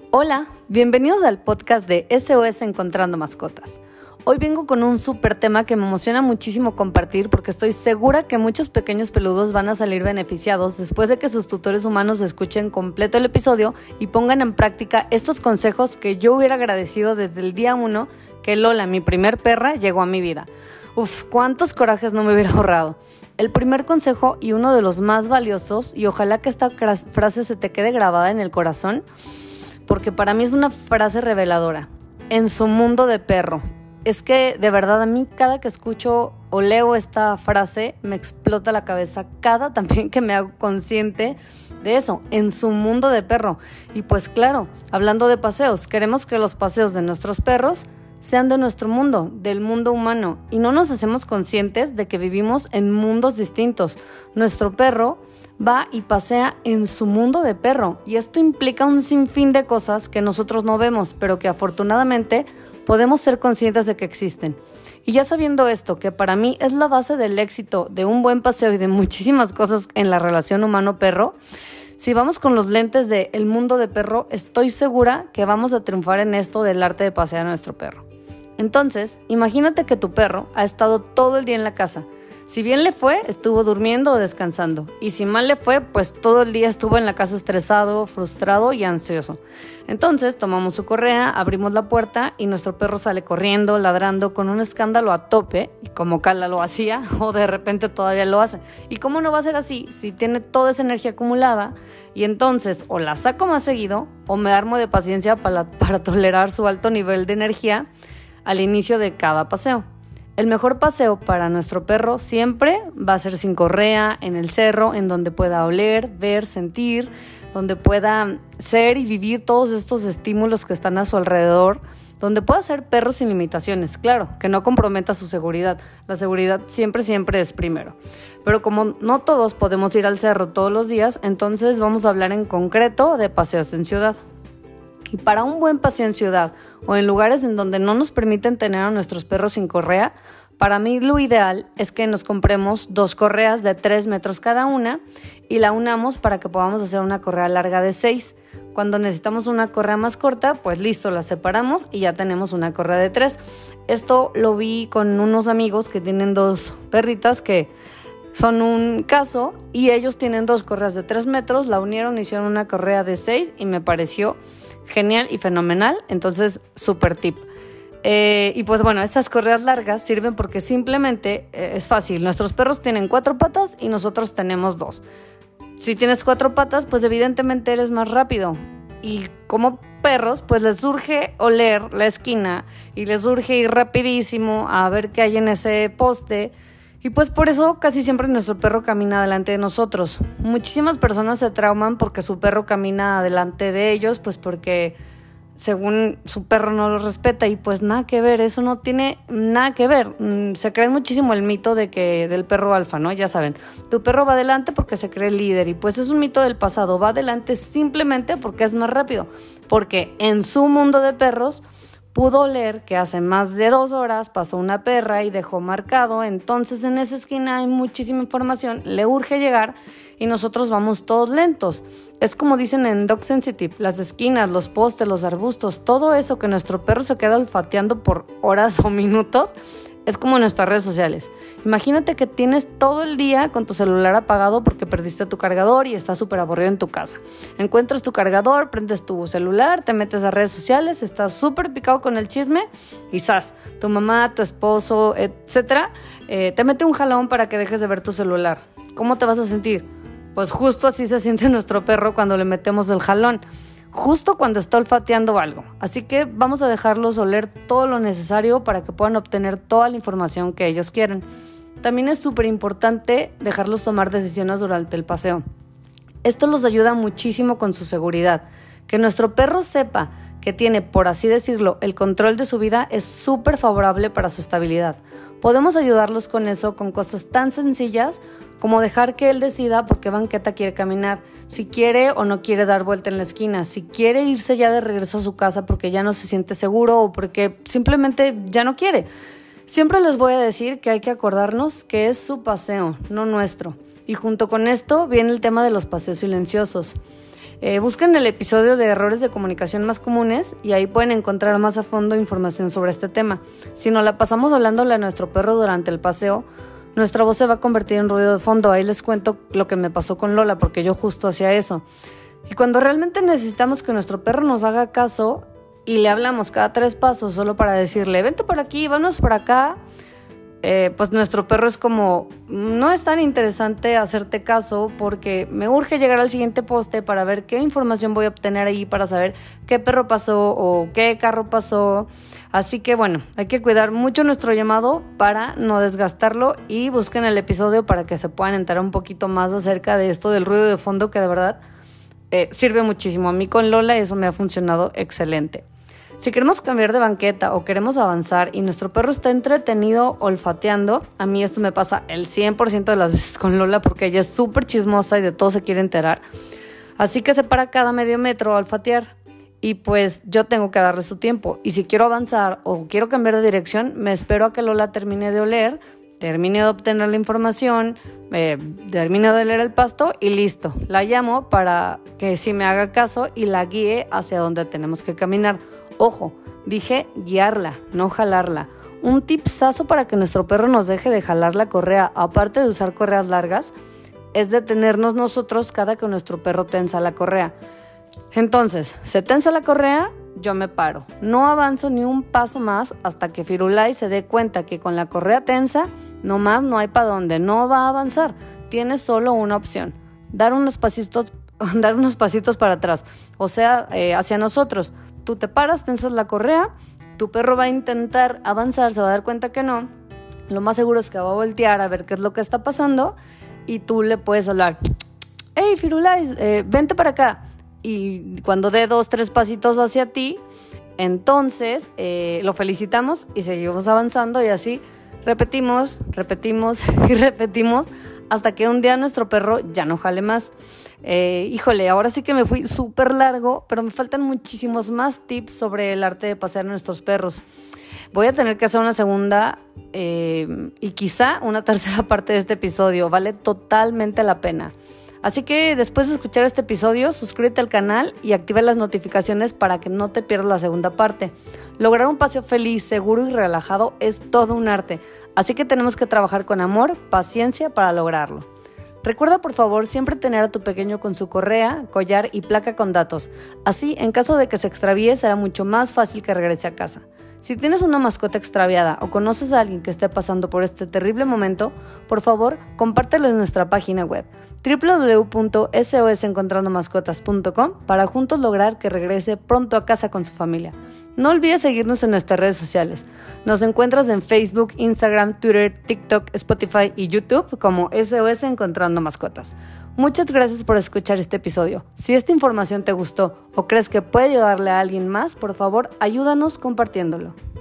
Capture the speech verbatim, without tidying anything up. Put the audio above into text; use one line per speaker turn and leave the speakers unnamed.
Hola, bienvenidos al podcast de S O S Encontrando Mascotas. Hoy vengo con un súper tema que me emociona muchísimo compartir porque estoy segura que muchos pequeños peludos van a salir beneficiados después de que sus tutores humanos escuchen completo el episodio y pongan en práctica estos consejos que yo hubiera agradecido desde el día uno que Lola, mi primer perra, llegó a mi vida. Uf, cuántos corajes no me hubiera ahorrado. El primer consejo y uno de los más valiosos, y ojalá que esta frase se te quede grabada en el corazón, porque para mí es una frase reveladora. En su mundo de perro. Es que de verdad a mí cada que escucho o leo esta frase me explota la cabeza cada también que me hago consciente de eso, en su mundo de perro. Y pues claro, hablando de paseos, queremos que los paseos de nuestros perros sean de nuestro mundo, del mundo humano, y no nos hacemos conscientes de que vivimos en mundos distintos. Nuestro perro va y pasea en su mundo de perro, y esto implica un sinfín de cosas que nosotros no vemos, pero que afortunadamente podemos ser conscientes de que existen. Y ya sabiendo esto, que para mí es la base del éxito de un buen paseo y de muchísimas cosas en la relación humano-perro, si vamos con los lentes de el mundo de perro, estoy segura que vamos a triunfar en esto del arte de pasear a nuestro perro. Entonces, imagínate que tu perro ha estado todo el día en la casa. Si bien le fue, estuvo durmiendo o descansando. Y si mal le fue, pues todo el día estuvo en la casa estresado, frustrado y ansioso. Entonces, tomamos su correa, abrimos la puerta y nuestro perro sale corriendo, ladrando, con un escándalo a tope, y como Cala lo hacía, o de repente todavía lo hace. ¿Y cómo no va a ser así si tiene toda esa energía acumulada? Y entonces, o la saco más seguido, o me armo de paciencia para, para tolerar su alto nivel de energía al inicio de cada paseo. El mejor paseo para nuestro perro siempre va a ser sin correa, en el cerro, en donde pueda oler, ver, sentir, donde pueda ser y vivir todos estos estímulos que están a su alrededor, donde pueda ser perro sin limitaciones, claro, que no comprometa su seguridad. La seguridad siempre, siempre es primero. Pero como no todos podemos ir al cerro todos los días, entonces vamos a hablar en concreto de paseos en ciudad. Y para un buen paseo en ciudad o en lugares en donde no nos permiten tener a nuestros perros sin correa, para mí lo ideal es que nos compremos dos correas de tres metros cada una y la unamos para que podamos hacer una correa larga de seis. Cuando necesitamos una correa más corta, pues listo, la separamos y ya tenemos una correa de tres. Esto lo vi con unos amigos que tienen dos perritas que son un caso y ellos tienen dos correas de tres metros, la unieron, hicieron una correa de seis y me pareció genial y fenomenal, entonces súper tip. Eh, y pues bueno, estas correas largas sirven porque simplemente eh, es fácil. Nuestros perros tienen cuatro patas y nosotros tenemos dos. Si tienes cuatro patas, pues evidentemente eres más rápido. Y como perros, pues les surge oler la esquina y les surge ir rapidísimo a ver qué hay en ese poste. Y pues por eso casi siempre nuestro perro camina delante de nosotros. Muchísimas personas se trauman porque su perro camina delante de ellos, pues porque según su perro no los respeta y pues nada que ver, eso no tiene nada que ver. Se cree muchísimo el mito de que del perro alfa, ¿no? Ya saben, tu perro va adelante porque se cree líder y pues es un mito del pasado, va adelante simplemente porque es más rápido, porque en su mundo de perros pudo oler que hace más de dos horas pasó una perra y dejó marcado, entonces en esa esquina hay muchísima información, le urge llegar y nosotros vamos todos lentos. Es como dicen en Dog Sensitive, las esquinas, los postes, los arbustos, todo eso que nuestro perro se queda olfateando por horas o minutos, es como nuestras redes sociales. Imagínate que tienes todo el día con tu celular apagado porque perdiste tu cargador y estás súper aburrido en tu casa. Encuentras tu cargador, prendes tu celular, te metes a redes sociales, estás súper picado con el chisme y ¡zas! Tu mamá, tu esposo, etcétera, eh, te mete un jalón para que dejes de ver tu celular. ¿Cómo te vas a sentir? Pues justo así se siente nuestro perro cuando le metemos el jalón. Justo cuando está olfateando algo. Así que vamos a dejarlos oler todo lo necesario para que puedan obtener toda la información que ellos quieren. También es súper importante dejarlos tomar decisiones durante el paseo. Esto los ayuda muchísimo con su seguridad. Que nuestro perro sepa que tiene, por así decirlo, el control de su vida es súper favorable para su estabilidad. Podemos ayudarlos con eso, con cosas tan sencillas como dejar que él decida por qué banqueta quiere caminar, si quiere o no quiere dar vuelta en la esquina, si quiere irse ya de regreso a su casa porque ya no se siente seguro o porque simplemente ya no quiere. Siempre les voy a decir que hay que acordarnos que es su paseo, no nuestro. Y junto con esto viene el tema de los paseos silenciosos. Eh, busquen el episodio de errores de comunicación más comunes y ahí pueden encontrar más a fondo información sobre este tema. Si nos la pasamos hablándole a nuestro perro durante el paseo, nuestra voz se va a convertir en ruido de fondo. Ahí les cuento lo que me pasó con Lola, porque yo justo hacía eso. Y cuando realmente necesitamos que nuestro perro nos haga caso y le hablamos cada tres pasos solo para decirle, vente por aquí, vámonos por acá, Eh, pues nuestro perro es como, no es tan interesante hacerte caso porque me urge llegar al siguiente poste para ver qué información voy a obtener ahí, para saber qué perro pasó o qué carro pasó. Así que bueno, hay que cuidar mucho nuestro llamado para no desgastarlo, y busquen el episodio para que se puedan enterar un poquito más acerca de esto del ruido de fondo, que de verdad eh, sirve muchísimo. A mí con Lola eso me ha funcionado excelente. Si queremos cambiar de banqueta o queremos avanzar y nuestro perro está entretenido olfateando, a mí esto me pasa el cien por ciento de las veces con Lola porque ella es súper chismosa y de todo se quiere enterar. Así que se para cada medio metro a olfatear y pues yo tengo que darle su tiempo. Y si quiero avanzar o quiero cambiar de dirección, me espero a que Lola termine de oler, termine de obtener la información, eh, termine de oler el pasto y listo. La llamo para que sí me haga caso y la guíe hacia donde tenemos que caminar. Ojo, dije guiarla, no jalarla. Un tipsazo para que nuestro perro nos deje de jalar la correa, aparte de usar correas largas, es detenernos nosotros cada que nuestro perro tensa la correa. Entonces, se tensa la correa, yo me paro. No avanzo ni un paso más hasta que Firulais se dé cuenta que con la correa tensa, nomás no hay para dónde, no va a avanzar. Tiene solo una opción, dar unos pasitos, dar unos pasitos para atrás, o sea, eh, hacia nosotros. Tú te paras, tensas la correa, tu perro va a intentar avanzar, se va a dar cuenta que no. Lo más seguro es que va a voltear a ver qué es lo que está pasando y tú le puedes hablar, hey Firulais, eh, vente para acá. Y cuando dé dos, tres pasitos hacia ti, entonces eh, lo felicitamos y seguimos avanzando, y así repetimos, repetimos y repetimos hasta que un día nuestro perro ya no jale más. Eh, híjole, ahora sí que me fui súper largo, pero me faltan muchísimos más tips sobre el arte de pasear a nuestros perros. Voy a tener que hacer una segunda eh, y quizá una tercera parte de este episodio. Vale totalmente la pena. Así que después de escuchar este episodio, suscríbete al canal y activa las notificaciones para que no te pierdas la segunda parte. Lograr un paseo feliz, seguro y relajado es todo un arte, así que tenemos que trabajar con amor, paciencia para lograrlo. Recuerda por favor siempre tener a tu pequeño con su correa, collar y placa con datos. Así, en caso de que se extravíe, será mucho más fácil que regrese a casa. Si tienes una mascota extraviada o conoces a alguien que esté pasando por este terrible momento, por favor, compártelo en nuestra página web doble u doble u doble u punto s o s encontrando mascotas punto com para juntos lograr que regrese pronto a casa con su familia. No olvides seguirnos en nuestras redes sociales. Nos encuentras en Facebook, Instagram, Twitter, TikTok, Spotify y YouTube como S O S Encontrando Mascotas. Muchas gracias por escuchar este episodio. Si esta información te gustó o crees que puede ayudarle a alguien más, por favor, ayúdanos compartiéndolo.